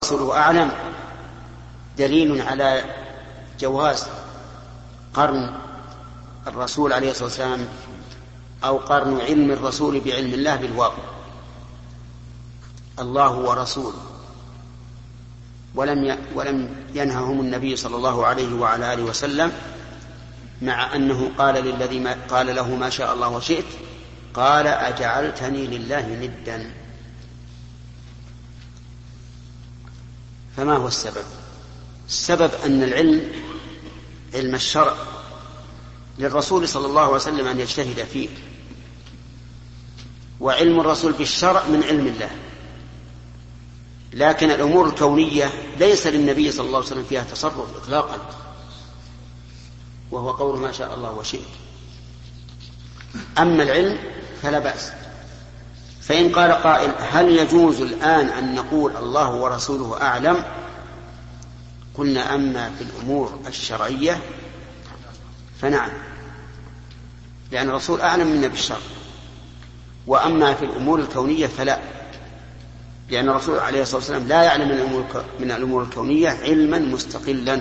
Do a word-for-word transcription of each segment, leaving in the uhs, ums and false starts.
ورسوله أعلم دليل على جواز قرن الرسول عليه الصلاة والسلام أو قرن علم الرسول بعلم الله بالواو، الله ورسوله، ولم ولم ينههم النبي صلى الله عليه وعلى آله وسلم، مع أنه قال للذي ما قال له ما شاء الله وشئت، قال أجعلتني لله ندا. فما هو السبب؟ السبب أن العلم علم الشرع للرسول صلى الله عليه وسلم أن يجتهد فيه، وعلم الرسول بالشرع من علم الله، لكن الأمور الكونية ليس للنبي صلى الله عليه وسلم فيها تصرف إطلاقا، وهو قول ما شاء الله وشئت. أما العلم فلا بأس. فإن قال قائل هل يجوز الآن أن نقول الله ورسوله أعلم؟ قلنا أما في الأمور الشرعية فنعم، لأن الرسول أعلم منا بالشرع، وأما في الأمور الكونية فلا، لأن الرسول عليه الصلاة والسلام لا يعلم من الأمور الكونية علما مستقلا،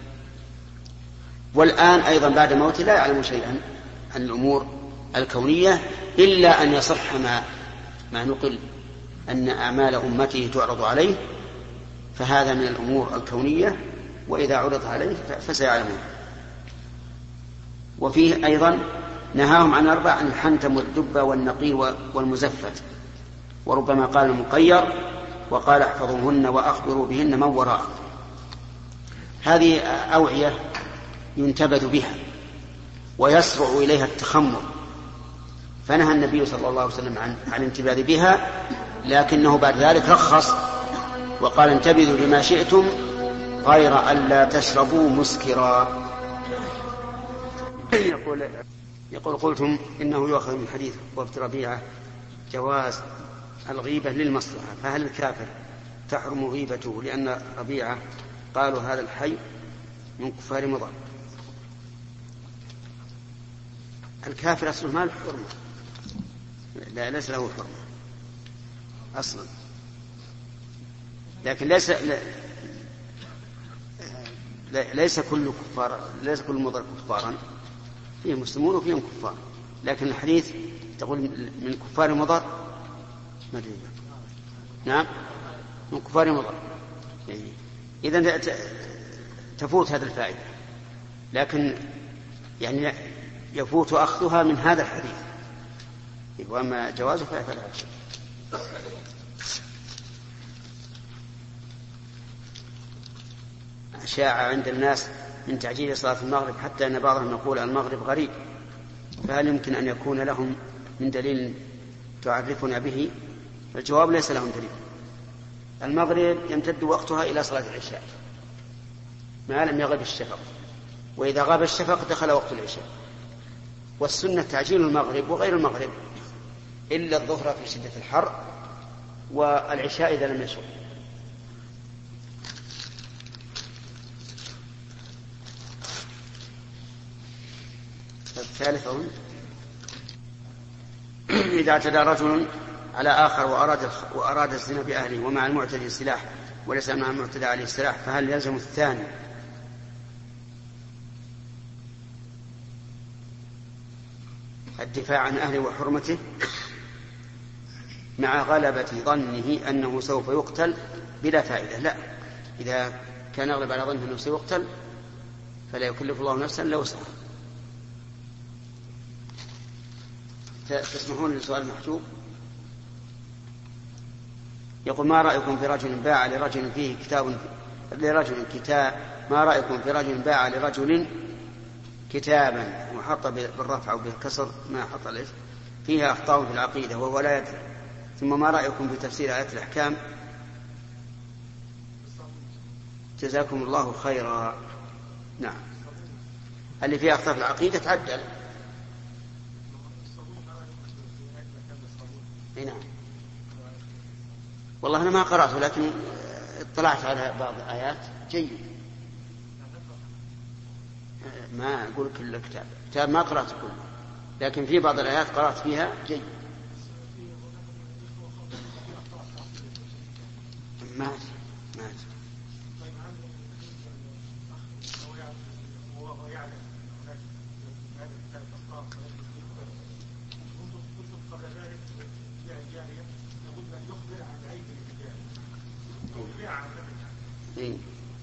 والآن أيضا بعد موته لا يعلم شيئا عن الأمور الكونية إلا أن يصح ما, ما نقل أن أعمال أمته تعرض عليه، فهذا من الأمور الكونية، وإذا عرض عليه فسيعلمون. وفيه أيضا نهاهم عن أربع: عن الحنتم والدبة والنقي والمزفت، وربما قال المقير، وقال احفظوهن وأخبروا بهن من وراء. هذه أوعية ينتبذ بها ويسرع إليها التخمر، فنهى النبي صلى الله عليه وسلم عن عن الانتباذ بها، لكنه بعد ذلك رخص وقال انتبذوا بما شئتم غير ألا تشربوا مسكرا. يقول, يقول قلتم إنه يؤخذ من حديث وفد ربيعة جواز الغيبة للمصلحة، فهل الكافر تحرم غيبته لأن ربيعة قالوا هذا الحي من كفار مضر؟ الكافر أصله ما له حرمة، لا ليس له حرمة أصلا، لكن ليس لا ليس كل كفار ليس كل مضر كفارا، فيه مسلمون وفيهم كفار، لكن الحديث تقول من كفار مضر، ما أدري. نعم من كفار مضر، يعني إذن تفوت هذه الفائدة، لكن يعني يفوت أخذها من هذا الحديث، وأما جوازه فلا شيء. شاع عند الناس من تعجيل صلاة المغرب حتى أن بعضهم يقول المغرب غريب، فهل يمكن أن يكون لهم من دليل تعرفنا به؟ الجواب ليس لهم دليل. المغرب يمتد وقتها إلى صلاة العشاء ما لم يغب الشفق، وإذا غاب الشفق دخل وقت العشاء، والسنة تعجيل المغرب وغير المغرب إلا الظهر في شدة الحر والعشاء إذا لم يشرب. الثالث إذا اعتدى رجل على آخر وأراد, وأراد الزنا بأهله ومع المعتدي السلاح وليس مع المعتدى عليه السلاح، فهل يلزم الثاني الدفاع عن أهله وحرمته مع غلبة ظنه أنه سوف يقتل بلا فائدة؟ لا، إذا كان يغلب على ظنه أنه سيقتل فلا يكلف الله نفسا إلا وسعها. تسمحون لسؤال محجوب؟ يقول ما رأيكم في رجل باع لرجل فيه كتاب لرجل كتاب ما رأيكم في رجل باع لرجل كتابا وحط بالرفع وبالكسر ما حط الإثم فيها أخطاء في العقيدة وهو لا يدري، ثم ما رأيكم في تفسير آيات الأحكام؟ جزاكم الله خيرا. نعم، اللي فيها أخطاء في العقيدة تعدل. نعم، والله أنا ما قرأته لكن اطلعت على بعض الآيات جيد، ما أقول كل كتاب كتاب ما قرأت كله، لكن في بعض الآيات قرأت فيها جيد. ماشي ماشي مات. إيه؟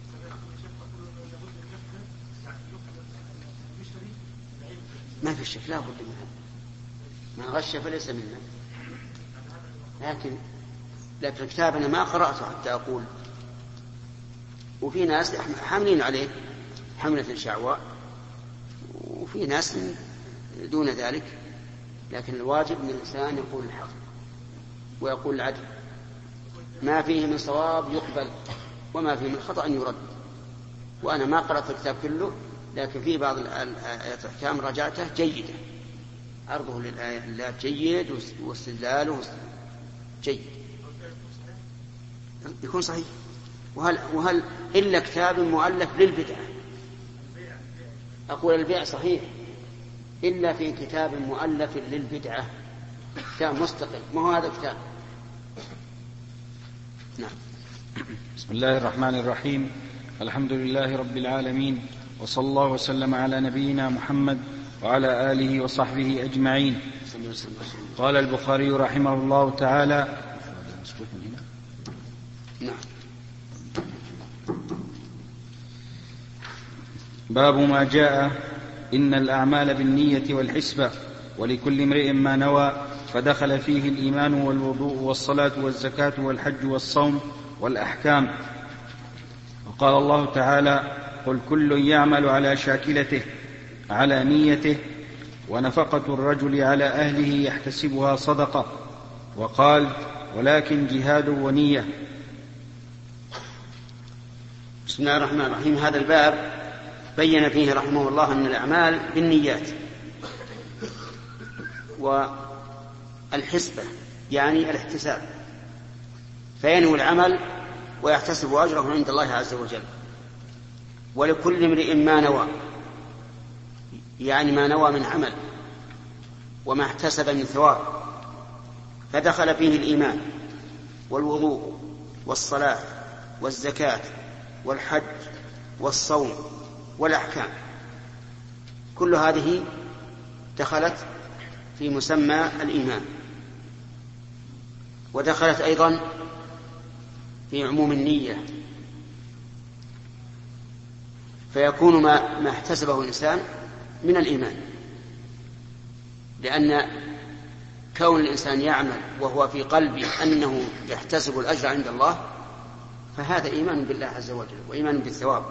ما في شك، لا بد منها. من غش فليس منا. لكن لكن الكتاب أنا ما قرأته حتى أقول. وفي ناس حاملين عليه حملة شعواء، وفي ناس دون ذلك. لكن الواجب من الإنسان يقول الحق ويقول العدل، ما فيه من صواب يقبل وما فيه من خطأ يرد. وأنا ما قرأت الكتاب كله، لكن في بعض الآيات الأحكام رجعته جيدة، عرضه للآيات جيد واستدلاله جيد، يكون صحيح. وهل, وهل إلا كتاب مؤلف للبدعة؟ أقول البيع صحيح إلا في كتاب مؤلف للبدعة، كتاب مستقل، ما هو هذا الكتاب. نعم. بسم الله الرحمن الرحيم. الحمد لله رب العالمين، وصلى الله وسلم على نبينا محمد وعلى آله وصحبه أجمعين. قال البخاري رحمه الله تعالى: باب ما جاء إن الأعمال بالنية والحسبة ولكل امرئ ما نوى، فدخل فيه الإيمان والوضوء والصلاة والزكاة والحج والصوم والأحكام. وقال الله تعالى: قل كل يعمل على شاكلته على نيته، ونفقة الرجل على أهله يحتسبها صدقة. وقال: ولكن جهاد ونية. بسم الله الرحمن الرحيم. هذا الباب بين فيه رحمه الله أن الأعمال بالنيات، والحسبة يعني الاحتساب، فينوي العمل ويحتسب أجره عند الله عز وجل. ولكل امرئ ما نوى، يعني ما نوى من عمل وما احتسب من ثواب. فدخل فيه الإيمان والوضوء والصلاة والزكاة والحج والصوم والأحكام، كل هذه دخلت في مسمى الإيمان، ودخلت أيضا في عموم النية، فيكون ما, ما احتسبه الإنسان من الإيمان، لأن كون الإنسان يعمل وهو في قلبه أنه يحتسب الأجر عند الله، فهذا إيمان بالله عز وجل وإيمان بالثواب.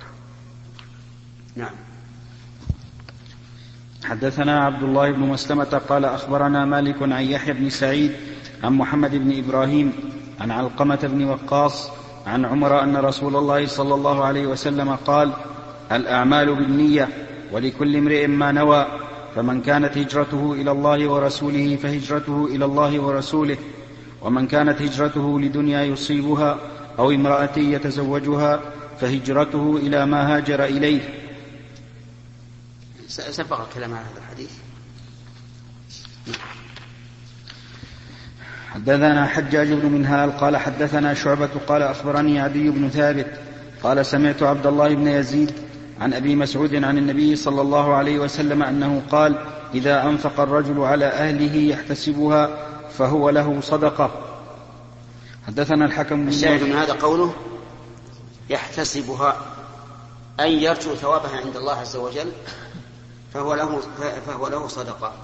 نعم. حدثنا عبد الله بن مسلمة قال أخبرنا مالك عن يحيى بن سعيد عن محمد بن إبراهيم عن علقمة بن وقاص عن عمر أن رسول الله صلى الله عليه وسلم قال: الأعمال بالنية ولكل امرئ ما نوى، فمن كانت هجرته إلى الله ورسوله فهجرته إلى الله ورسوله، ومن كانت هجرته لدنيا يصيبها أو امرأة يتزوجها فهجرته إلى ما هاجر إليه. سبق الكلام عن هذا الحديث. حدثنا حجاج بن منهال قال حدثنا شعبة قال أخبرني عدي بن ثابت قال سمعت عبد الله بن يزيد عن أبي مسعود عن النبي صلى الله عليه وسلم أنه قال: إذا أنفق الرجل على أهله يحتسبها فهو له صدقة. حدثنا الحكم. الشاهد من هذا قوله يحتسبها، أي يرجو ثوابها عند الله عز وجل، فهو له, فهو له صدقة.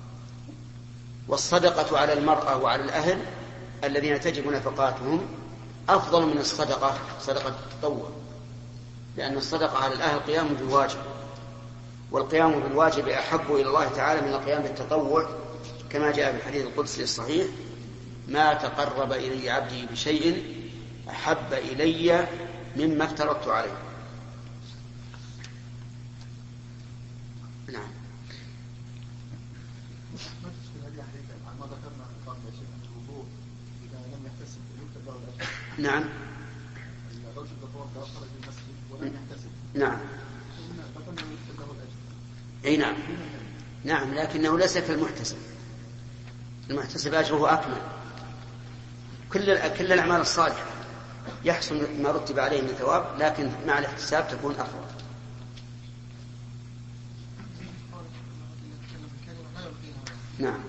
والصدقة على المرأة وعلى الأهل الذين تجب نفقاتهم أفضل من الصدقة صدقة التطوع، لأن الصدقة على الأهل قيام بالواجب، والقيام بالواجب أحب إلى الله تعالى من القيام بالتطوع، كما جاء في الحديث القدسي الصحيح: ما تقرب إلي عبدي بشيء أحب إلي مما افترضت عليه. نعم. نعم. نعم. أي نعم. نعم، لكنه ليس كالمحتسب. المحتسب أجره أكمل. كل كل الأعمال الصالحة يحصل ما رتب عليه من ثواب، لكن مع الاحتساب تكون أفضل. نعم.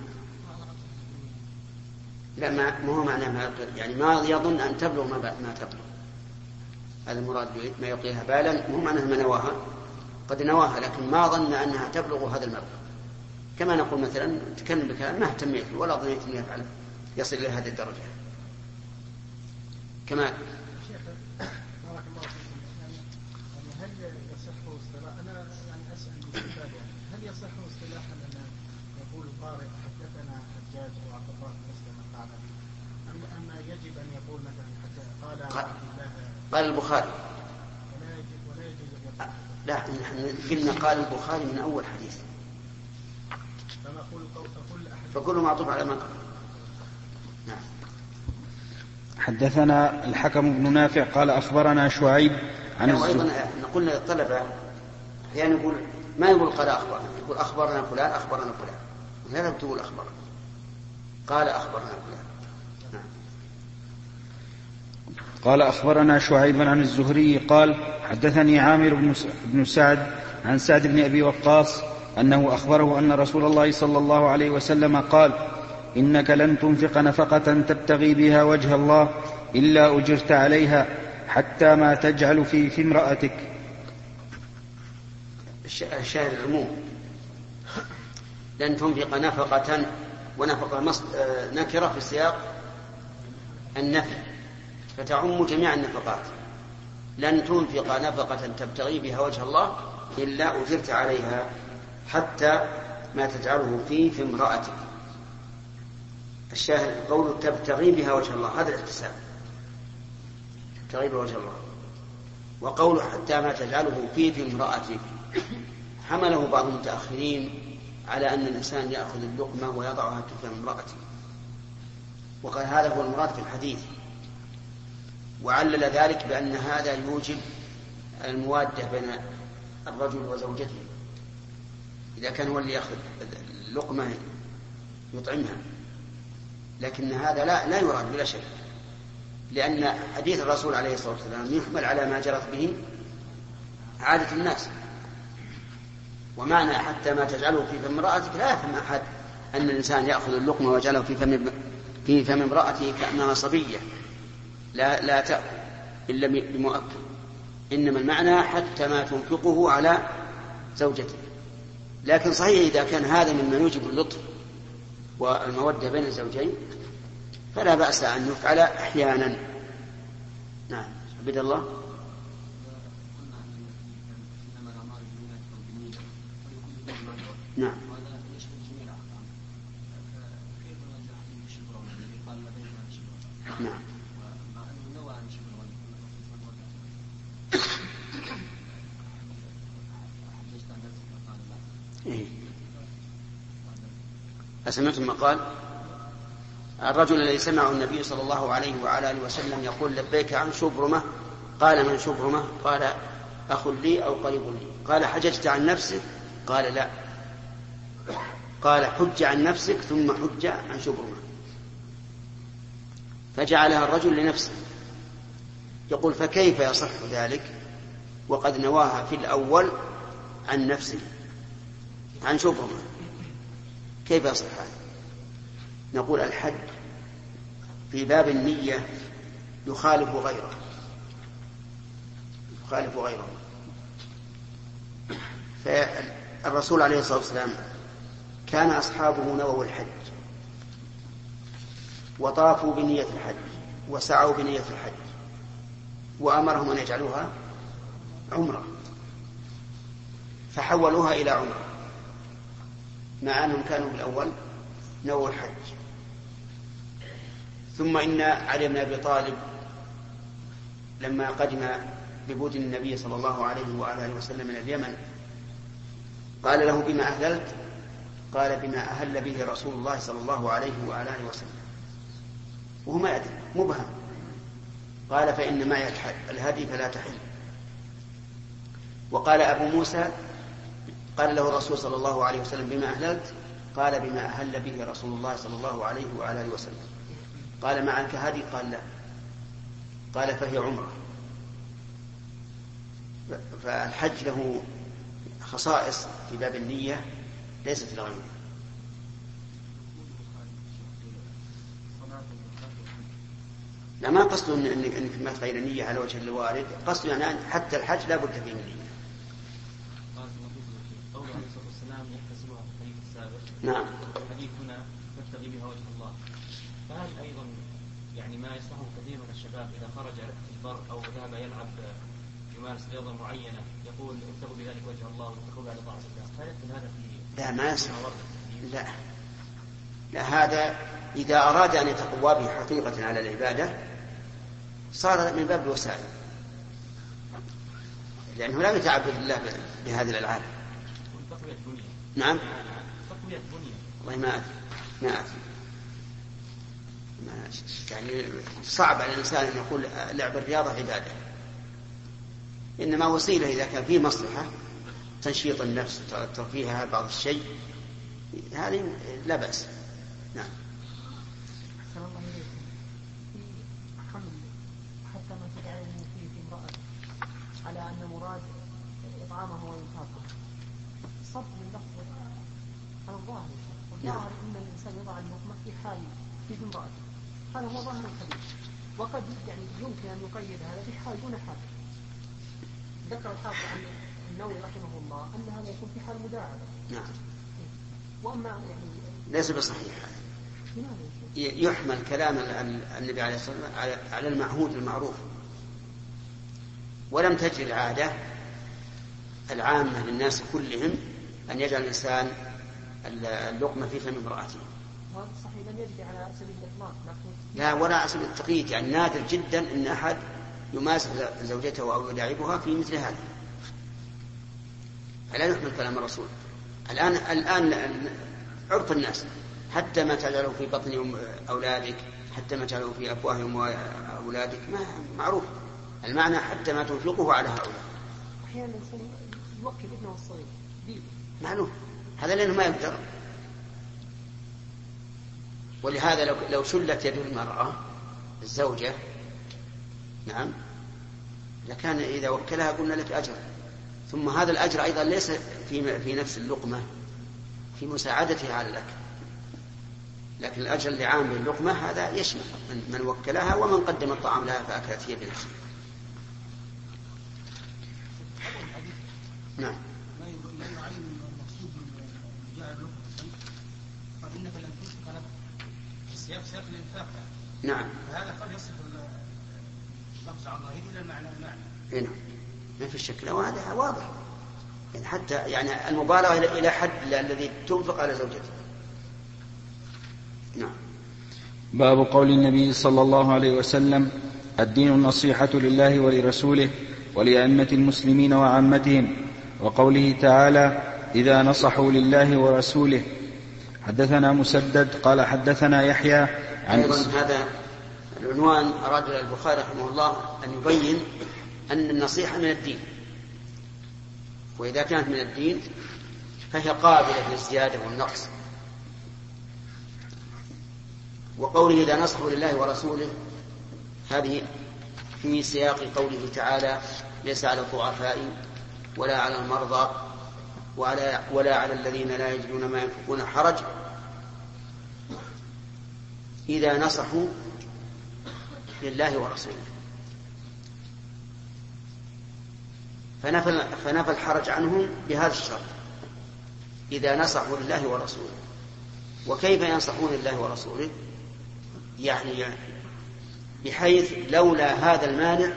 لا، ما هو معناه ما يعني ما يظن أن تبلغ ما, ما تبلغ، هذا المراد ما يلقيها بالا، مو معناه ما نواها، قد نواها لكن ما ظن أنها تبلغ هذا المبلغ. كما نقول مثلا تكلم بكلام ما اهتميت ولا ظنيت أن يفعل يصل إلى هذه الدرجة. كما هل يصح اصطلاحا أنا يعني أسأل باستفادة هل يصح اصطلاحا أن يقول قارئ حدثنا حجاج وعبد الله بن مسلم قال أم أما يجب أن يقول مثلا حتى قال قال البخاري ولا يجب ولا يجوز أن يقول لا، نحن قلنا قال البخاري من أول حديث، فكل معطوف على ما قال. نعم. حدثنا الحكم بن نافع قال أخبرنا شعيب عن الزهري. أيضا نقول للطلبة يعني يقول ما يقول قال أخبرنا، يقول أخبرنا فلان أخبرنا فلان، لا تقول أخبرنا، قال أخبرنا فلان. نعم. قال أخبرنا شعيب عن الزهري قال حدثني عامر بن سعد عن سعد بن أبي وقاص أنه أخبره أن رسول الله صلى الله عليه وسلم قال إنك لن تنفق نفقة تبتغي بها وجه الله إلا أجرت عليها حتى ما تجعل في في امرأتك. الشاهد العموم، لن تنفق نفقة، ونفقة نكرة في سياق النفي فتعم جميع النفقات. لن تنفق نفقة تبتغي بها وجه الله إلا أجرت عليها حتى ما تجعله فيه في امرأتك. الشاهد قول تبتغي بها وجه الله، هذا الاحتساب، تبتغي بها وجه الله. وقول حتى ما تجعله فيه في امرأتك حمله بعض المتأخرين على أن الإنسان يأخذ اللقمة ويضعها في امرأته، وقال هذا هو المراد في الحديث، وعلل ذلك بأن هذا يوجب الموادة بين الرجل وزوجته، إذا كان هو اللي يأخذ اللقمة يطعمها. لكن هذا لا, لا يراد بلا شك، لأن حديث الرسول عليه الصلاة والسلام يحمل على ما جرت به عادة الناس. ومعنى حتى ما تجعله في فم امرأتك لا يفهم أحد أن الإنسان يأخذ اللقمة ويجعله في فم في فم امرأته كأنها صبية لا لا تأكل إلا بمؤكل، إنما المعنى حتى ما تنفقه على زوجته. لكن صحيح إذا كان هذا مما يوجب اللطف والمودة بين الزوجين فلا بأس أن يفعل أحيانا. نعم. عبد الله. نعم. نعم. إيه. أسمعتم ما قال الرجل الذي سمعه النبي صلى الله عليه وعلى آله وسلم يقول لبيك عن شبرمة، قال من شبرمة؟ قال أخ لي أو قريب لي. قال حججت عن نفسك؟ قال لا. قال حج عن نفسك ثم حج عن شبرمة. فجعلها الرجل لنفسه. يقول فكيف يصح ذلك وقد نواها في الأول عن نفسه عن شبرمة؟ كيف يصح هذا؟ نقول الحج في باب النية يخالف غيره يخالف غيره فالرسول عليه الصلاة والسلام كان أصحابه نووا الحج وطافوا بنية الحج وسعوا بنية الحج وأمرهم أن يجعلوها عمرة فحولوها إلى عمرة مع أنهم كانوا بالأول نووا الحج. ثم إن علي بن أبي طالب لما قدم ببود النبي صلى الله عليه وآله وسلم من اليمن قال له بما أهللت؟ قال بما أهل به رسول الله صلى الله عليه وآله وسلم، وهو ما يدري مبهم. قال فإن معي الهدي فلا تحل. وقال أبو موسى قال له الرسول صلى الله عليه وسلم بما أهللت؟ قال بما أهل به رسول الله صلى الله عليه وآله وسلم. قال معك هدي؟ قال لا. قال فهي عمرة. فالحج له خصائص في باب النية ليست لغيره. لا، ما قصده انك ما تغير النية على وجه الوارد، قصده يعني حتى الحج لا بد فيه من نية. قوله عليه الصلاة والسلام يحتسبها في الحديث السابق. نعم. الحديث هنا تبتغي بها وجه الله، فهل أيضا يعني ما يصنعه كثير من الشباب إذا خرج في البر أو ذهب يلعب يمارس رياضة معينة يقول ابتغوا بذلك وجه الله واتقوا بعد طاعة الله، هل يدخل هذا في؟ لا، ما يصح. لا لا هذا إذا أراد أن يتقوى به حقيقة على العبادة صار من باب الوسائل، لأنه لا يتعبد الله بهذه الألعاب. نعم. والله ما أدري ما أدري ما يعني صعب على الإنسان أن يقول لعب الرياضة عبادة، إنما وسيلة إذا كان فيه مصلحة تنشيط النفس ترفيهها بعض الشيء، هذه لا بأس. نعم. أحسن الله إليكم. في حمل حتى ما تجعله فيه في امرأة على أن مراد إطعامه وإنفاقه صب من لفظ على الظاهر، والظاهر أن الإنسان يضع اللقمة في حال في امرأته، هذا هو ظاهر الحديث، وقد يعني يمكن أن يقيد هذا في حال دون حال. ذكر الحافظ عن النووي رحمه الله أن هذا يكون في حال مداعبة. نعم. وأما يعني ليس بصحيح. يحمل كلام النبي عليه الصلاة والسلام على المعهود المعروف، ولم تجري العادة العامة للناس كلهم أن يجعل الإنسان اللقمة في فم امرأته. هذا صحيح، لم يجري على سبيل الإطلاق. لا، ولا على سبيل التقييد، يعني نادر جدا أن أحد يماسك زوجته أو يداعبها في مثل هذا. فلا يحمل كلام الرسول. الآن الآن عرف الناس حتى ما تجعله في بطن أولادك، حتى ما تجعله في أفواه أولادك، ما معروف المعنى، حتى ما تنفقه على هؤلاء. أحيانا الإنسان يوكل ابنه الصغير معلوم هذا لأنه ما يقدر. ولهذا لو لو شلت يد المرأة الزوجة نعم لكان إذا وكلها قلنا لك أجر، ثم هذا الأجر أيضا ليس في في نفس اللقمة، في مساعدتها على الأكل، لكن الأجر اللي عام باللقمة هذا يشمل من وكلها ومن قدم الطعام لها فأكلت هي بنفسها. نعم. لا يعين المقصود من جاء اللقمة، فإنك لن تنفق لك السياق سياق الإنفاق. نعم. فهذا قد يصف اللفظ عن ظاهره إلى المعنى المعنى. نعم. ما في شك، وهذا واضح يعني حتى يعني المبالغة إلى حد الذي تنفق على زوجته. نعم. باب قول النبي صلى الله عليه وسلم: الدين النصيحة لله ولرسوله ولأئمة المسلمين وعامتهم، وقوله تعالى: إذا نصحوا لله ورسوله. حدثنا مسدد قال حدثنا يحيى عن أيضا هذا العنوان أراد البخاري رحمه الله أن يبين أن النصيحة من الدين، وإذا كانت من الدين فهي قابلة للزيادة والنقص. وقوله إذا نصحوا لله ورسوله هذه في سياق قوله تعالى: ليس على الضعفاء ولا على المرضى ولا, ولا على الذين لا يجدون ما ينفقون حرج إذا نصحوا لله ورسوله. فنفى, فنفى الحرج عنهم بهذا الشرط: إذا نصحوا لله ورسوله. وكيف ينصحون لله ورسوله؟ يعني بحيث لولا هذا المانع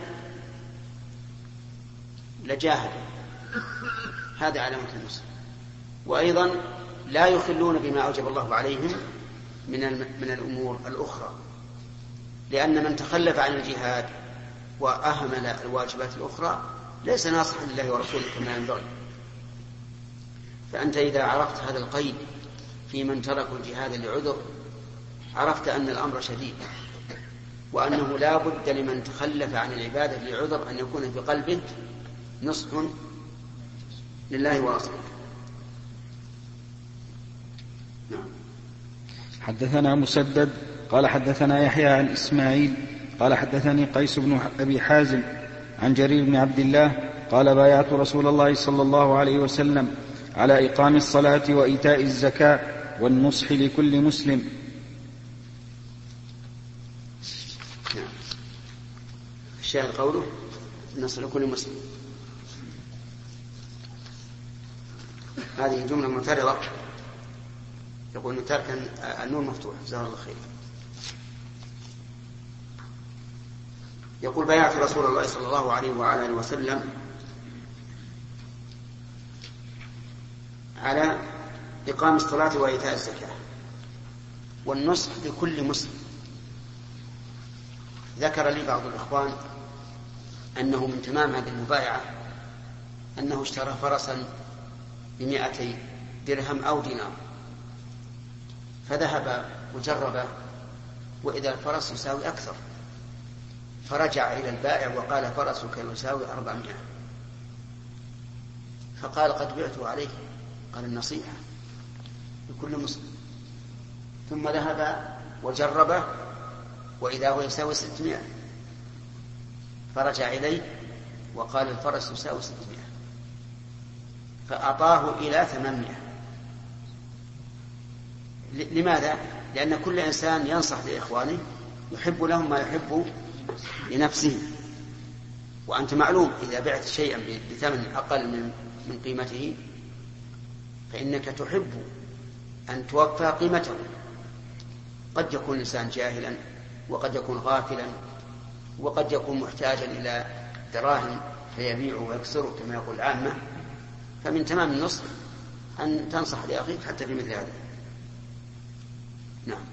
لجاهدوا، هذا علامة النصر. وأيضا لا يخلون بما أوجب الله عليهم من من الأمور الأخرى، لأن من تخلف عن الجهاد وأهمل الواجبات الأخرى ليس ناصحا لله ورسوله كما ينبغي. فأنت إذا عرفت هذا القيد في من تركوا الجهاد لعذر عرفت أن الأمر شديد، وأنه لا بد لمن تخلف عن العبادة لعذر أن يكون في قلبه نصح لله ورسوله. نعم. حدثنا مسدد قال حدثنا يحيى عن إسماعيل قال حدثني قيس بن أبي حازم عن جرير بن عبد الله قال بايعت رسول الله صلى الله عليه وسلم على إقام الصلاة وإيتاء الزكاة والنصح لكل مسلم. الشاهد قوله النصح لكل مسلم، هذه جملة معترضة، يقول ترك النور مفتوح جزاه الله خير. يقول بايعت رسول الله صلى الله عليه وعلى آله وسلم على إقام الصلاة وإيتاء الزكاة والنصح لكل مسلم. ذكر لي بعض الإخوان أنه من تمام هذه المبايعة أنه اشترى فرسا بمائتي درهم أو دينار، فذهب وجرب وإذا الفرس يساوي أكثر، فرجع إلى البائع وقال فرسك يساوي أربعمائة، فقال قد بعته عليه، قال النصيحة لكل مسلم. ثم ذهب وجربه وإذا هو يساوي ستمائة، فرجع إليه وقال الفرس يساوي ستمائة، فأعطاه إلى ثمانمائة. لماذا؟ لأن كل إنسان ينصح لإخوانه يحب لهم ما يحب لنفسه، وأنت معلوم إذا بعت شيئا بثمن أقل من من قيمته فإنك تحب أن توفى قيمته. قد يكون الإنسان جاهلا، وقد يكون غافلا، وقد يكون محتاجا إلى دراهم فيبيع ويكسره كما يقول العامة. فمن تمام النصح أن تنصح لأخيك حتى في مثل هذا. نعم.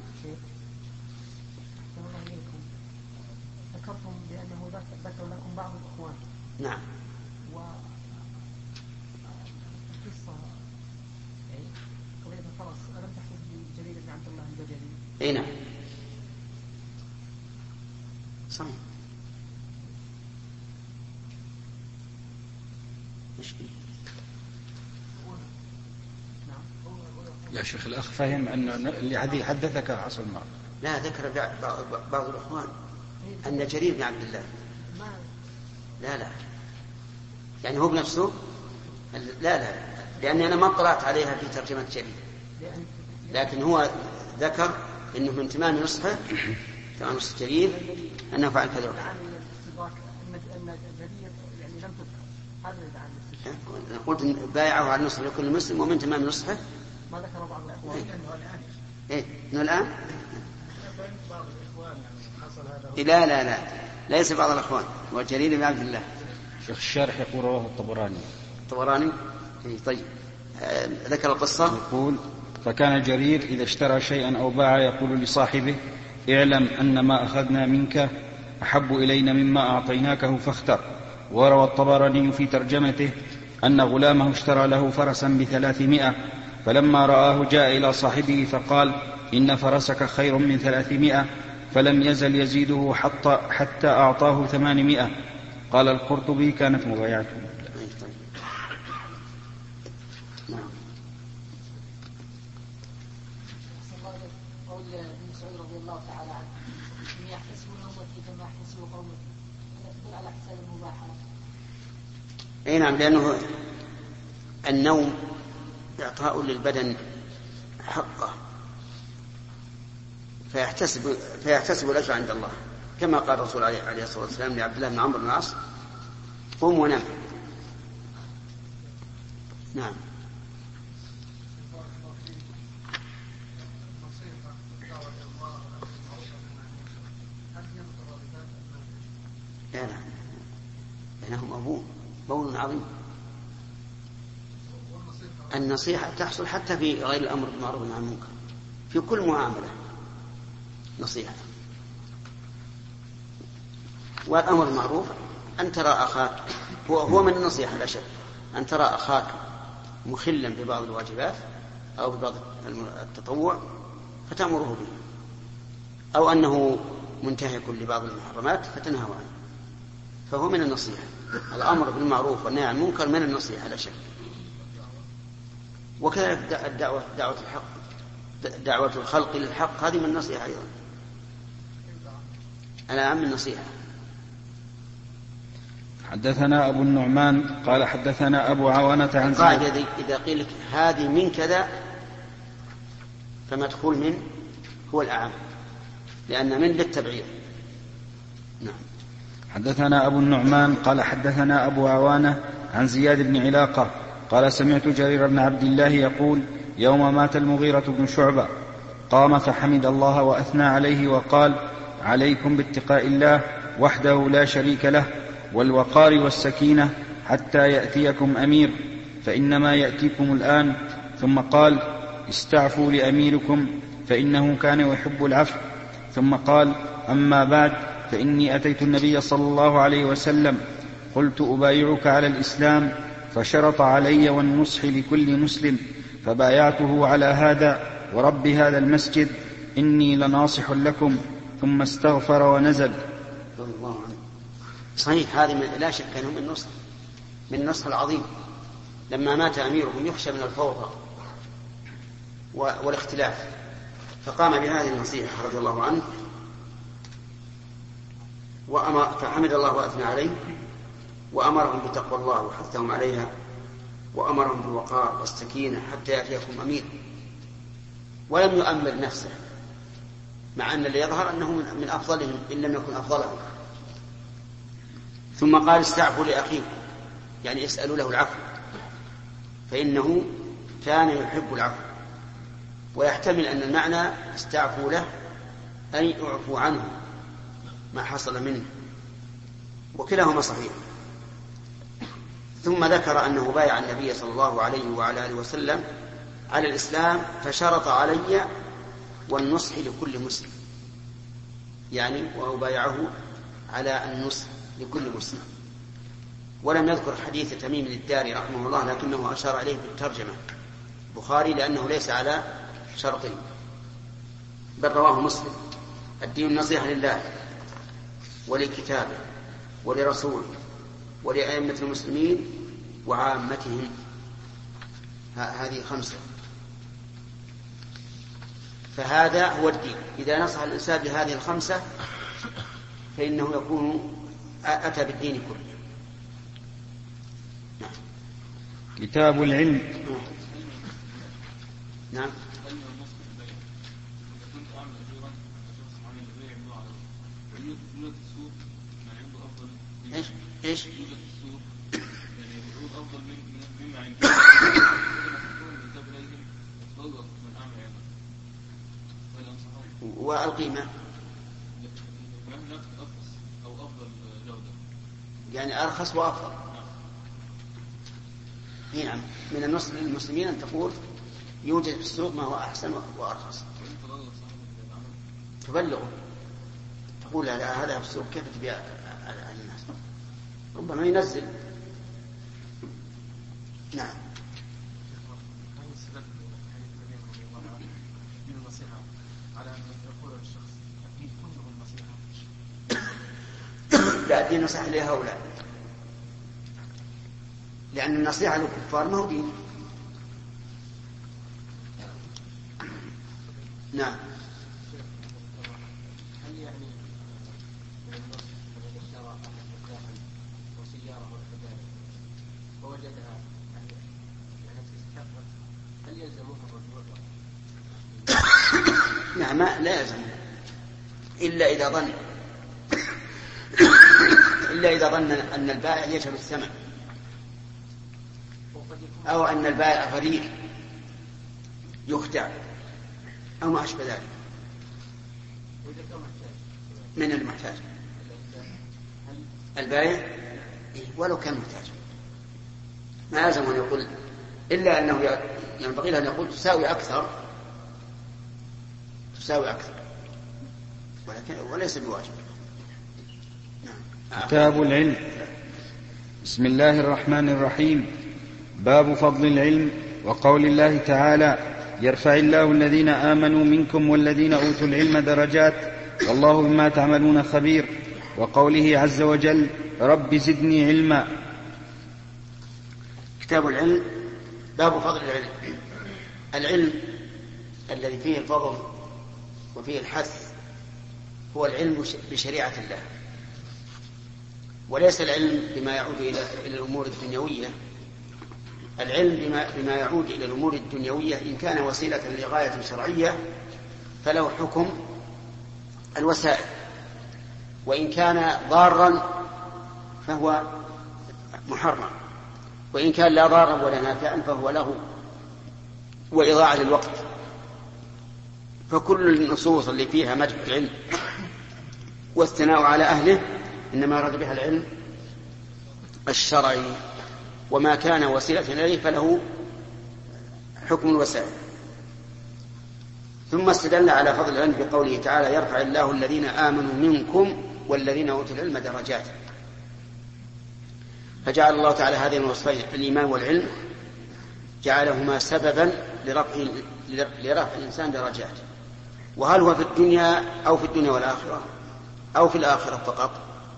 ذكرتم بأنه ذكر لكم بعض الإخوان. نعم. والقصة قضية الفرس ألم تحدث بجرير بن عبد الله البجلي؟ أي نعم. صحيح. مشكلة. يا شيخ الأخ فهم أن الذي حدثك حصل معه. لا، ذكر بعض الأخوان أن جرير بن عبد الله. لا لا يعني هو بنفسه. لا لا لأني أنا ما اطلعت عليها في ترجمة جرير، لكن هو ذكر أنه من تمام نصحه تمام نصح جرير أنه فعل كذا وكذا. قلت بايعه على النصح لكل مسلم ومن تمام نصحه. ما ذكر بعض الإخوان إيه إنه الآن لا لا لا ليس بعض الأخوان، وجرير بن عبد الله. شيخ الشارح يقول رواه الطبراني. الطبراني إيه طيب. آه ذكر القصة. يقول فكان جرير إذا اشترى شيئا أو باع يقول لصاحبه اعلم أن ما أخذنا منك أحب إلينا مما أعطيناكه فاختر. وروى الطبراني في ترجمته أن غلامه اشترى له فرسا بثلاثمائة، فلما رآه جاء إلى صاحبه فقال إن فرسك خير من ثلاثمائة، فلم يزل يزيده حتى, حتى أعطاه ثمانمائة. قال القرطبي كانت مبايعته. قول ابن مسعود رضي الله تعالى عنه إن يحتسبون أمتي كما يحتسب قومك، هذا تدل على حساب المباحة. أي نعم، لأنه النوم إعطاء للبدن حقه، فيحتسب, فيحتسب الأجر عند الله، كما قال الرسول عليه الصلاة والسلام لعبد الله بن عمرو بن العاص قم ونام. نعم. لا لا بينهم أبوه بول عظيم. النصيحة تحصل حتى في غير الأمر بالمعروف والنهي عن المنكر، في كل معاملة نصيحة. والأمر بالمعروف أن ترى أخاك، هو, هو من النصيحة لا شك، أن ترى أخاك مخلا ببعض الواجبات أو ببعض التطوع فتأمره به، أو أنه منتهك لبعض المحرمات فتنهى عنه، فهو من النصيحة. الأمر بالمعروف والنهي عن المنكر من النصيحة لا شك. وكذلك الدعوة دعوة الحق، دعوة الخلق للحق هذه من النصيحة أيضا. على عم النصيحة. حدثنا أبو النعمان قال حدثنا أبو عوانة عن القاعدة إذا قيل لك هذه من كذا فمدخول من هو الأعم، لأن من للتبعير. نعم. حدثنا أبو النعمان قال حدثنا أبو عوانة عن زياد بن علاقة قال سمعت جرير بن عبد الله يقول يوم مات المغيرة بن شعبة قام فحمد الله وأثنى عليه وقال عليكم باتقاء الله وحده لا شريك له والوقار والسكينة حتى يأتيكم أمير فإنما يأتيكم الآن. ثم قال استعفوا لأميركم فإنه كان يحب العفو. ثم قال أما بعد فإني أتيت النبي صلى الله عليه وسلم قلت أبايعك على الإسلام فشرط علي والنصح لكل مسلم فبايعته على هذا ورب هذا المسجد إني لناصح لكم. ثم استغفر ونزل. الله عنه. صحيح، هذه لا شك أنه من نصح من النصح العظيم. لما مات أميرهم يخشى من الفوضى والاختلاف فقام بهذه النصيحة رضي الله عنه وأمر فحمد الله وأثنى عليه وأمرهم بتقوى الله وحثهم عليها وأمرهم بالوقار والسكينة حتى يأتيكم أمير، ولم يؤمل نفسه، مع أن اللي يظهر أنه من أفضلهم إن لم يكن أفضلهم. ثم قال استعفوا لأخيكم، يعني اسألوا له العفو فإنه كان يحب العفو. ويحتمل أن المعنى استعفوا له أي اعفوا عنه ما حصل منه، وكلاهما صحيح. ثم ذكر أنه بايع النبي صلى الله عليه وعلى آله وسلم على الإسلام فشرط علي والنصح لكل مسلم، يعني وأبايعه على النصح لكل مسلم. ولم يذكر حديث تميم الداري رحمه الله، لكنه أشار عليه بالترجمة البخاري لأنه ليس على شرطه، بل رواه مسلم. الدين النصيحة لله ولكتابه ولرسوله ولأئمة المسلمين وعامتهم، هذه خمسة. فهذا هو الدين. إذا نصح الإنسان بهذه الخمسة فإنه يكون أتى بالدين كله. نعم. كتاب العلم. نعم. ايش ايش والقيمة يعني أرخص وأفضل. نعم، من النصح للمسلمين أن تقول يوجد في السوق ما هو أحسن وأرخص، تبلغه تقول هذا في السوق كيف تبيع على الناس، ربما ينزل. نعم. لا، دين نصيحة لهؤلاء، لأن النصيحة للكفار ما هو دين. نعم. هل يعني من النص الذي اشترى أحد مفتاحا وسيارة وكذلك ووجدها يعني تستحق، هل يلزمه الرجوع؟ نعم، لا يلزم إلا إذا ظن إلا إذا ظن أن البائع يجهل الثمن أو أن البائع غرير يخدع أو ما أشبه ذلك. من المحتاج البائع ولو كان محتاج ما لازم أن يقول، إلا أنه ينبغي له أن يقول تساوي أكثر تساوي أكثر ولكن وليس بواجب. كتاب العلم. بسم الله الرحمن الرحيم. باب فضل العلم وقول الله تعالى يرفع الله الذين آمنوا منكم والذين أوتوا العلم درجات والله بما تعملون خبير، وقوله عز وجل رب زدني علما. كتاب العلم. باب فضل العلم. العلم الذي فيه الفضل وفيه الحث هو العلم بشريعة الله، وليس العلم بما يعود إلى الأمور الدنيوية. العلم بما, بما يعود إلى الأمور الدنيوية إن كان وسيلة لغاية شرعية فله حكم الوسائل، وإن كان ضارا فهو محرم، وإن كان لا ضارا ولا نافعا فهو له وإضاعة للوقت. فكل النصوص اللي فيها مدح العلم والثناء على أهله إنما أراد بها العلم الشرعي، وما كان وسيلة إليه فله حكم الوسائل. ثم استدل على فضل العلم بقوله تعالى: يرفع الله الذين آمنوا منكم والذين أوتوا العلم درجات. فجعل الله تعالى هذين الوصفين الإيمان والعلم جعلهما سببا لرفع لرفع الإنسان درجات. وهل هو في الدنيا أو في الدنيا والآخرة أو في الآخرة فقط؟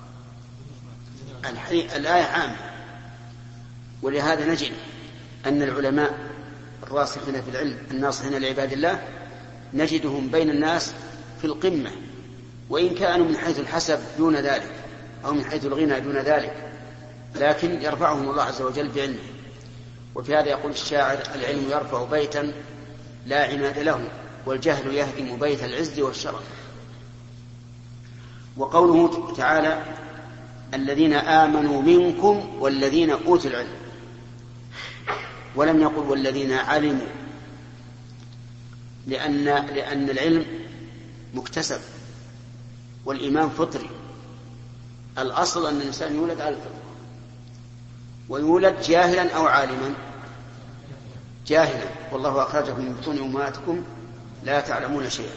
الآية عامة، ولهذا نجد أن العلماء الراسخين في العلم الناصحين لعباد الله نجدهم بين الناس في القمة، وإن كانوا من حيث الحسب دون ذلك أو من حيث الغنى دون ذلك، لكن يرفعهم الله عز وجل بعلمه. وفي هذا يقول الشاعر: العلم يرفع بيتا لا عناد له، والجهل يهدم بيت العز والشرف. وقوله تعالى: الذين آمنوا منكم والذين أوتوا العلم، ولم يقل والذين علموا، لأن, لأن العلم مكتسب والإيمان فطري. الأصل أن الإنسان يولد على الفطرة، ويولد جاهلا أو عالما. جاهلا، والله أخرجكم من بطون أمهاتكم لا تعلمون شيئا.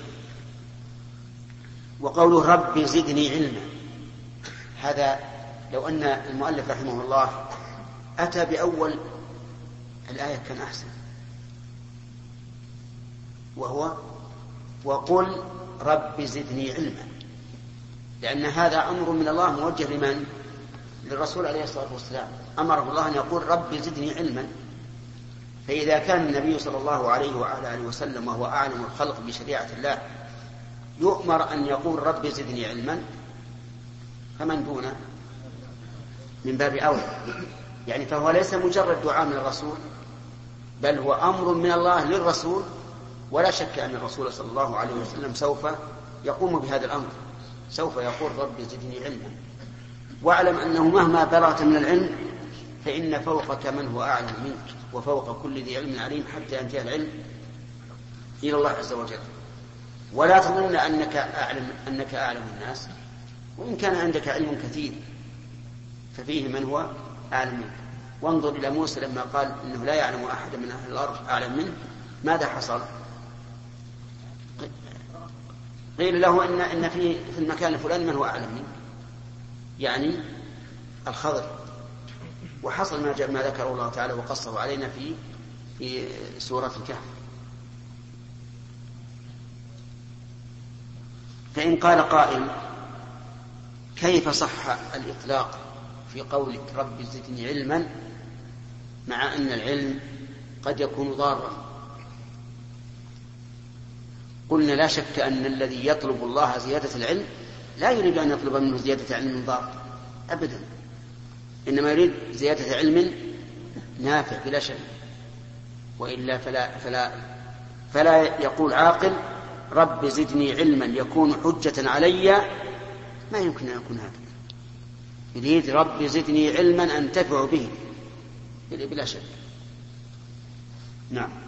وقوله رب زدني علما، هذا لو أن المؤلف رحمه الله أتى بأول الآية كان أحسن، وهو وقل رب زدني علما، لأن هذا أمر من الله موجه لمن؟ للرسول عليه الصلاة والسلام. أمره الله أن يقول رب زدني علما. فإذا كان النبي صلى الله عليه وعلى آله وسلم وهو أعلم الخلق بشريعة الله يؤمر أن يقول رب زدني علما، فمن دونه من باب أولى. يعني فهو ليس مجرد دعاء من الرسول، بل هو أمر من الله للرسول، ولا شك أن الرسول صلى الله عليه وسلم سوف يقوم بهذا الأمر، سوف يقول رب زدني علما. واعلم أنه مهما بلغت من العلم فإن فوقك من هو أعلم منك، وفوق كل ذي علم عليم، حتى ينتهي العلم إلى الله عز وجل. ولا تظن أنك أعلم, أنك أعلم الناس، وإن كان عندك علم كثير ففيه من هو أعلم منك. وانظر إلى موسى لما قال إنه لا يعلم أحد من أهل الأرض أعلم منه، ماذا حصل؟ قيل له إن, إن في, في المكان الفلاني من هو أعلم منه، يعني الخضر. وحصل ما, ما ذكره الله تعالى وقصه علينا في, في سورة الكهف. فإن قال قائل كيف صح الإطلاق في قولك رب زدني علما مع أن العلم قد يكون ضارا؟ قلنا لا شك أن الذي يطلب الله زيادة العلم لا يريد أن يطلب منه زيادة علم ضار أبدا، إنما يريد زيادة علم نافع بلا شك. وإلا فلا, فلا, فلا يقول عاقل رب زدني علما يكون حجة علي، ما يمكن أن يكون هذا. يريد رب زدني علما أنتفع به بلا شك. نعم.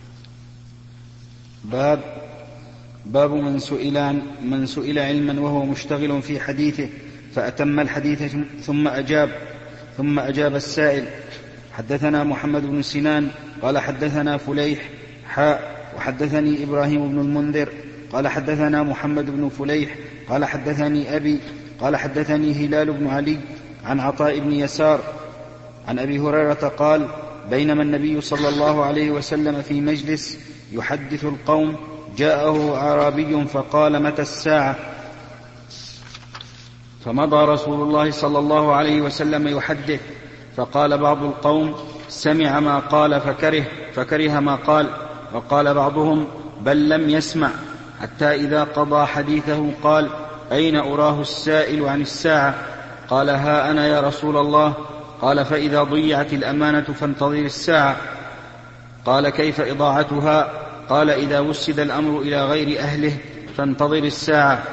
باب باب من سئل من سئل علما وهو مشتغل في حديثه فأتم الحديث ثم أجاب ثم أجاب السائل. حدثنا محمد بن سنان قال حدثنا فليح حاء وحدثني إبراهيم بن المنذر قال حدثنا محمد بن فليح قال حدثني أبي قال حدثني هلال بن علي عن عطاء بن يسار عن أبي هريرة قال بينما النبي صلى الله عليه وسلم في مجلس يحدث القوم جاءه أعرابي فقال متى الساعة؟ فمضى رسول الله صلى الله عليه وسلم يحدث، فقال بعض القوم سمع ما قال فكره, فكره ما قال، وقال بعضهم بل لم يسمع، حتى إذا قضى حديثه قال أين أراه السائل عن الساعة؟ قال ها أنا يا رسول الله. قال فإذا ضيعت الأمانة فانتظر الساعة. قال كيف إضاعتها؟ قال إذا وسد الأمر إلى غير أهله فانتظر الساعة.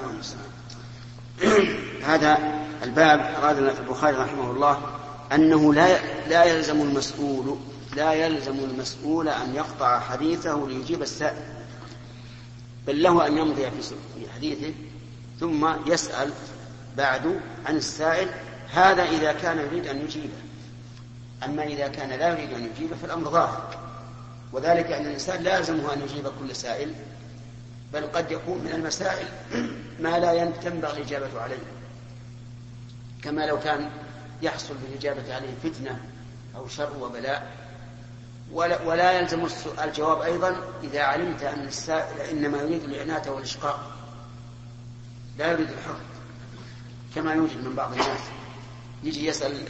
هذا الباب أراد البخاري رحمه الله أنه لا لا يلزم المسؤول لا يلزم المسؤول أن يقطع حديثه ليجيب السائل، بل له أن يمضي في حديثه ثم يسأل بعد عن السائل، هذا إذا كان يريد أن يجيبه. أما إذا كان لا يريد أن يجيبه فالأمر ظاهر، وذلك أن الإنسان لا يلزمه أن يجيب كل سائل، بل قد يكون من المسائل ما لا ينبغي الإجابة عليه، كما لو كان يحصل بالإجابة عليه فتنة أو شر وبلاء. ولا, ولا يلزم الجواب أيضا إذا علمت أن السائل إنما يريد الإعنات والإشقاق، لا يريد الحق، كما يوجد من بعض الناس يجي يسأل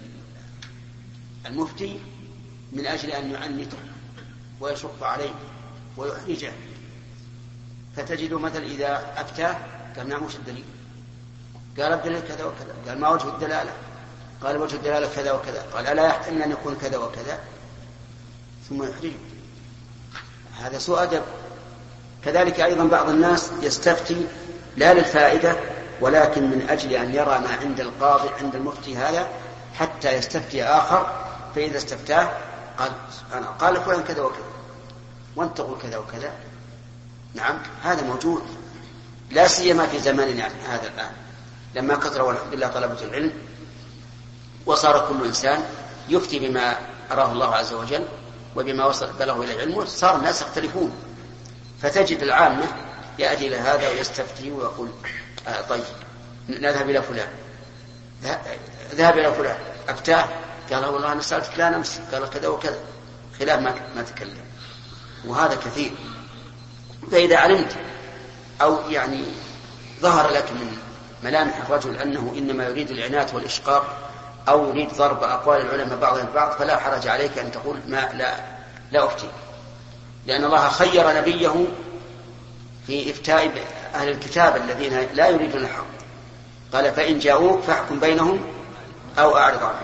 المفتي من أجل أن يعنته ويشق عليه ويحرجه، فتجد مثل إذا أفتاه قال نعم وش الدليل؟ قال الدليل كذا وكذا. قال ما وجه الدلالة؟ قال وجه الدلالة كذا وكذا. قال ألا يحتمل أن يكون كذا وكذا؟ ثم يحرجه. هذا سوء أدب. كذلك أيضا بعض الناس يستفتي لا للفائدة ولكن من أجل أن يرى ما عند القاضي عند المفتي هذا حتى يستفتي آخر، فإذا استفتاه قال أنا قال فلان كذا وكذا وانت تقول كذا وكذا. نعم هذا موجود، لا سيما في زماننا يعني هذا الآن لما كثر والحمد لله طلبة العلم وصار كل إنسان يفتي بما أراه الله عز وجل وبما وصل بلغه إلى العلم، صار الناس يختلفون، فتجد العامة يأتي إلى هذا ويستفتي ويقول آه طيب نذهب إلى فلان، ذهب إلى فلان أفتاه قال والله أنا سألت فلان أمس قال كذا وكذا، خلاف ما, ما تكلم. وهذا كثير. فإذا علمت أو يعني ظهر لك من ملامح الرجل أنه إنما يريد العنات والإشقاق أو يريد ضرب أقوال العلماء بعضهم البعض، فلا حرج عليك أن تقول ما لا لا أفتي، لأن الله خير نبيه في إفتاء أهل الكتاب الذين لا يريدون الحق، قال فإن جاءوك فاحكم بينهم أو أعرض عنهم.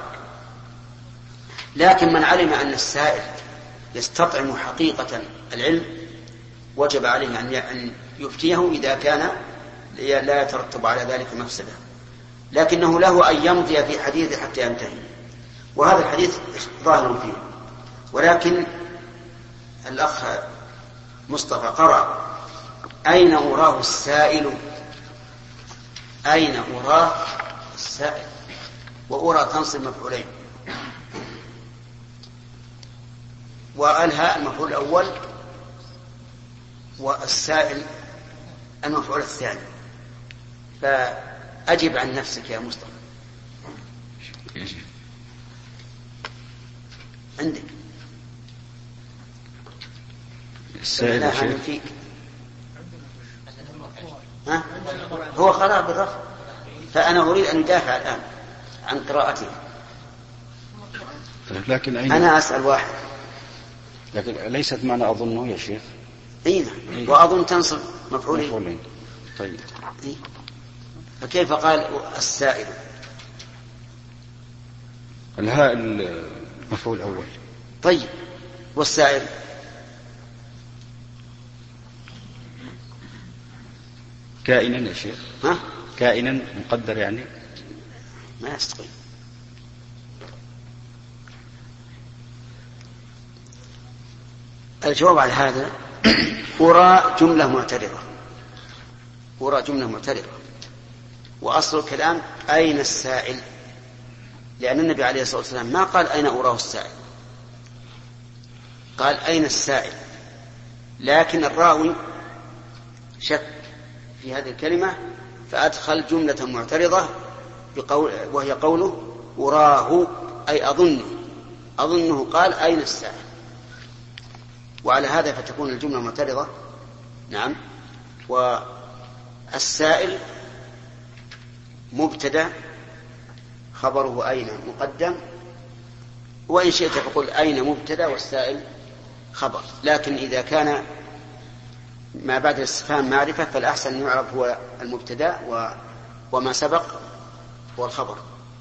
لكن من علم أن السائل يستطعم حقيقة العلم وجب عليه أن يفتيه إذا كان لا يترتب على ذلك مفسدة، لكنه له أن يمضي في حديثه حتى ينتهي، وهذا الحديث ظاهر فيه. ولكن الأخ مصطفى قرأ أين أراه السائل، أين أراه السائل، وأرى تنصب مفعولين، وألها المفعول الأول والسائل المفعول الثاني. فأجب عن نفسك يا مصطفى. عندك السائل شيء فيك ها؟ هو قرأ بالرفع، فأنا أريد أن أدافع الآن عن قراءته. لكن أين؟ أنا أسأل واحد، لكن ليست معنى أظنه يا شيخ. أين؟ وأظن تنصب مفعولين. طيب إيه؟ فكيف قال السائل؟ الهاء المفعول الأول. طيب والسائل؟ كائنا يا شيخ. ها؟ كائنا مقدر يعني ما يستقيم. الجواب على هذا أرى جملة معترضة، أرى جملة معترضة، وأصل الكلام أين السائل، لأن النبي عليه الصلاة والسلام ما قال أين أراه السائل، قال أين السائل، لكن الراوي شك في هذه الكلمة فأدخل جملة معترضة بقول وهي قوله أراه أي أظنه أظنه قال أين السائل، وعلى هذا فتكون الجملة معترضة. نعم. والسائل مبتدأ خبره أين مقدم، وإن شئت فقل أين مبتدأ والسائل خبر، لكن إذا كان ما بعد الاستفهام معرفة، فالأحسن أن يعرف هو المبتدأ وما سبق هو الخبر.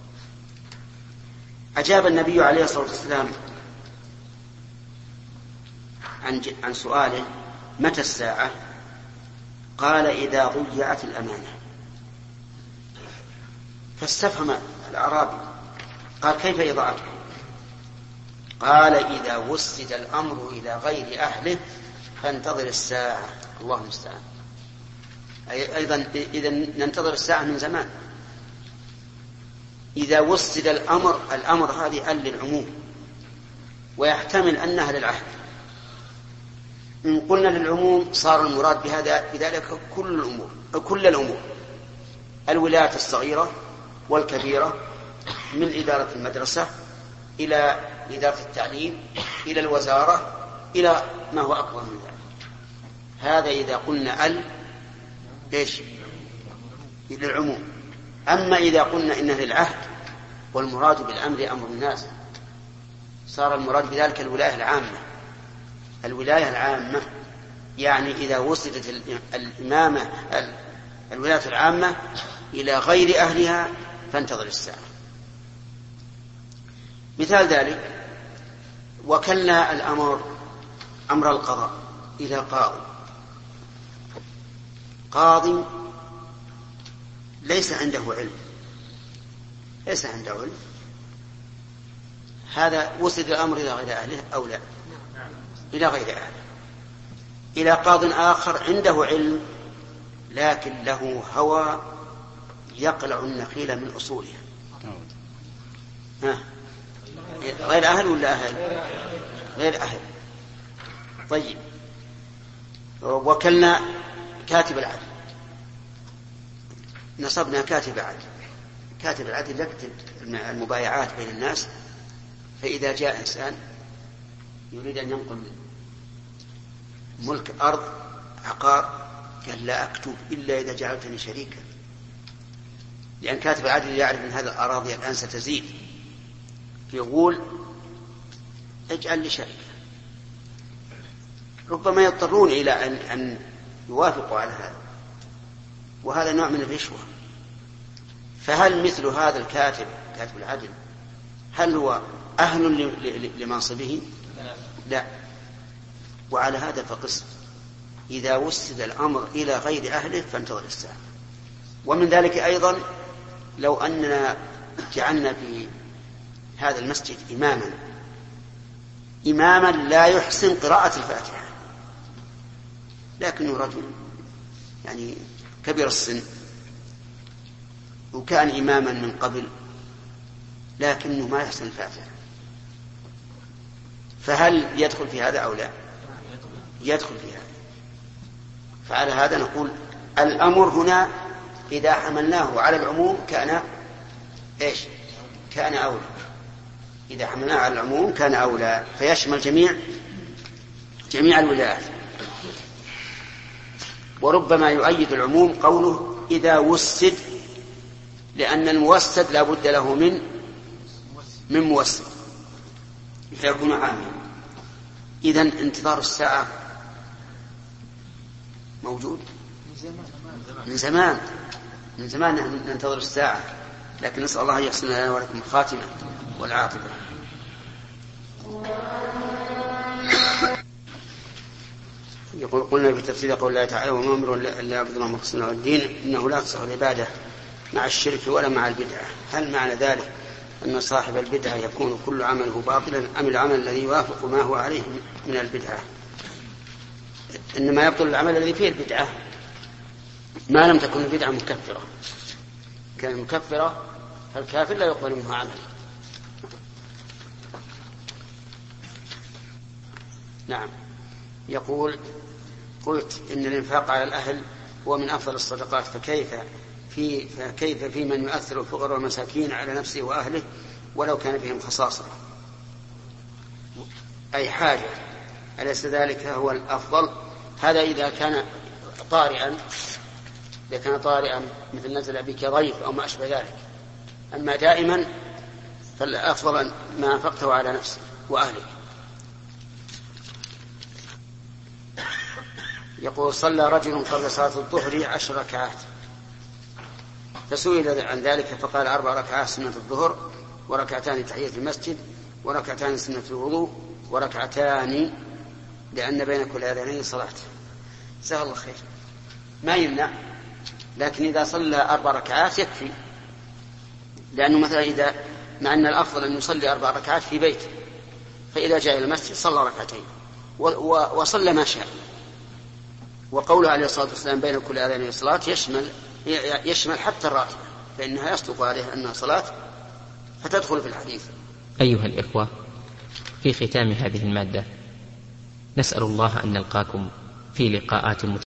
أجاب النبي عليه الصلاة والسلام عن عن سؤاله متى الساعة؟ قال إذا ضيعت الأمانة. فاستفهم الأعرابي قال كيف إضاعته؟ قال إذا وسد الأمر إلى غير أهله فانتظر الساعة. الله المستعان. أيضا إذا ننتظر الساعة من زمان. إذا وسد الأمر، الأمر هذه أل للعموم، ويحتمل أنها للعهد. إن قلنا للعموم صار المراد بهذا بذلك كل الأمور، كل الأمور، الولايات الصغيرة والكبيرة، من إدارة المدرسة إلى إدارة التعليم إلى الوزارة إلى ما هو أكبر من ذلك. هذا إذا قلنا ال إيش للعموم. أما إذا قلنا إنه للعهد والمراد بالأمر أمر الناس، صار المراد بذلك الولاية العامة. الولاية العامة يعني إذا وصلت الإمامة الولاية العامة إلى غير أهلها فانتظر الساعة. مثال ذلك وكلنا الأمر أمر القضاء إلى قاضي، قاضي ليس عنده علم، ليس عنده علم، هذا وصل الأمر إلى غير أهله أو لا؟ إلى غير أهله، إلى قاض آخر عنده علم لكن له هوى يقلع النخيل من أصولها. ها. غير أهل ولا أهل؟ غير أهل. طيب وكلنا كاتب العدل، نصبنا كاتب عدل، كاتب العدل يكتب المبايعات بين الناس، فإذا جاء إنسان يريد أن ينقل ملك أرض عقار قال لا أكتب إلا إذا جعلتني شريكا، لأن كاتب العدل يعرف أن هذه الأراضي الآن ستزيد، يقول اجعل لي شريكا. ربما يضطرون إلى أن, أن يوافقوا على هذا، وهذا نوع من الرشوة. فهل مثل هذا الكاتب كاتب العدل هل هو أهل لمنصبه؟ لا. وعلى هذا فقس، إذا وسد الأمر إلى غير أهله فانتظر الساعة. ومن ذلك أيضا لو أننا جعلنا في هذا المسجد إماما إماما لا يحسن قراءة الفاتحة، لكنه رجل يعني كبير السن وكان إماما من قبل لكنه ما يحسن الفاتحة، فهل يدخل في هذا أو لا؟ يدخل في هذا. فعلى هذا نقول الأمر هنا إذا حملناه على العموم كان إيش؟ كان أولى. إذا حملناه على العموم كان أولى، فيشمل جميع جميع الولايات. وربما يؤيد العموم قوله إذا وسد، لأن الموسد لا بد له من من موسد فيكون عاما. إذن انتظار الساعة موجود من زمان، من زمان نحن ننتظر الساعة، لكن نسأل الله يحسن لنا ولكم الخاتمة والعاقبة. يقول قلنا في تفسير قول الله تعالى وما أمروا إلا يعبدوا الله مخلصين له الدين إنه لا تصح العبادة مع الشرك ولا مع البدعة. هل معنى ذلك أن صاحب البدعة يكون كل عمله باطلا أم العمل الذي يوافق ما هو عليه من البدعة؟ إنما يبطل العمل الذي فيه البدعة ما لم تكن البدعة مكفرة. كان مكفرة فالكافر لا يقبل منه عمل. نعم. يقول قلت إن الإنفاق على الأهل هو من أفضل الصدقات، فكيف في فكيف في من يؤثر الفقراء والمساكين على نفسه وأهله ولو كان بهم خصاصة أي حاجة، أليس ذلك هو الأفضل؟ هذا إذا كان طارئا، إذا كان طارئا مثل نزل بك ضيف أو ما أشبه ذلك. أما دائما فالأفضل ما أنفقته على نفسه وأهله. يقول صلى رجل قبل صلاة الظهر عشر ركعات، فسئل عن ذلك فقال أربع ركعات سنة الظهر، وركعتان تحية المسجد، وركعتان سنة الوضوء، وركعتان لأن بين كل أذانين صلاة. سهل الله خير، ما يمنع، لكن إذا صلى أربع ركعات يكفي، لأنه مثلا إذا مع أن الأفضل أن يصلي أربع ركعات في بيته، فإذا جاء إلى المسجد صلى ركعتين وصلى ما شاء. وقوله عليه الصلاة والسلام بين كل أذانين صلاة يشمل يشمل حتى الراتبة، فإنها يصدق عليها أنها صلاة فتدخل في الحديث. أيها الإخوة، في ختام هذه المادة نسأل الله أن نلقاكم في لقاءات